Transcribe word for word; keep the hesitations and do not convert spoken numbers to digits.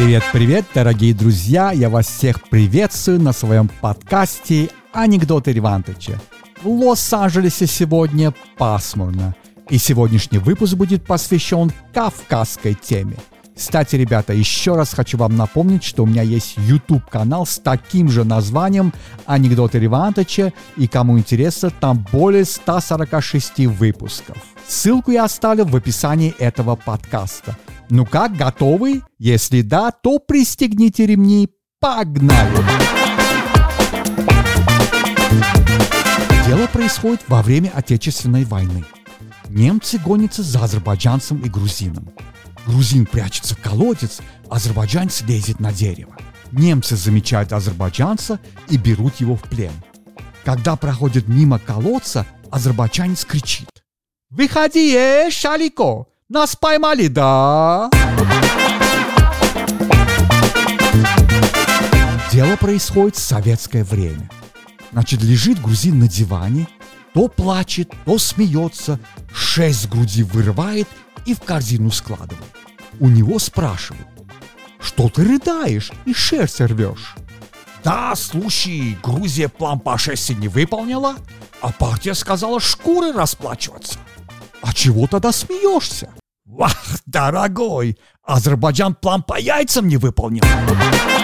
Привет-привет, дорогие друзья! Я вас всех приветствую на своем подкасте «Анекдоты Ревантыча». В Лос-Анджелесе сегодня пасмурно, и сегодняшний выпуск будет посвящен кавказской теме. Кстати, ребята, еще раз хочу вам напомнить, что у меня есть YouTube-канал с таким же названием «Анекдоты Ревантыча», и кому интересно, там более ста сорока шести выпусков. Ссылку я оставлю в описании этого подкаста. Ну как, готовы? Если да, то пристегните ремни. Погнали! Дело происходит во время Отечественной войны. Немцы гонятся за азербайджанцем и грузином. Грузин прячется в колодец, азербайджанец лезет на дерево. Немцы замечают азербайджанца и берут его в плен. Когда проходит мимо колодца, азербайджанец кричит: «Выходи, э, Шалико! Нас поймали, да?» Дело происходит в советское время. Значит, лежит грузин на диване, то плачет, то смеется, шесть с груди вырывает и в корзину складывает. У него спрашивают: «Что ты рыдаешь и шерсть рвешь?» «Да, слушай, Грузия план по шерсти не выполнила, а партия сказала шкуры расплачиваться». «А чего тогда смеешься?» «Вах, дорогой, Азербайджан план по яйцам не выполнил».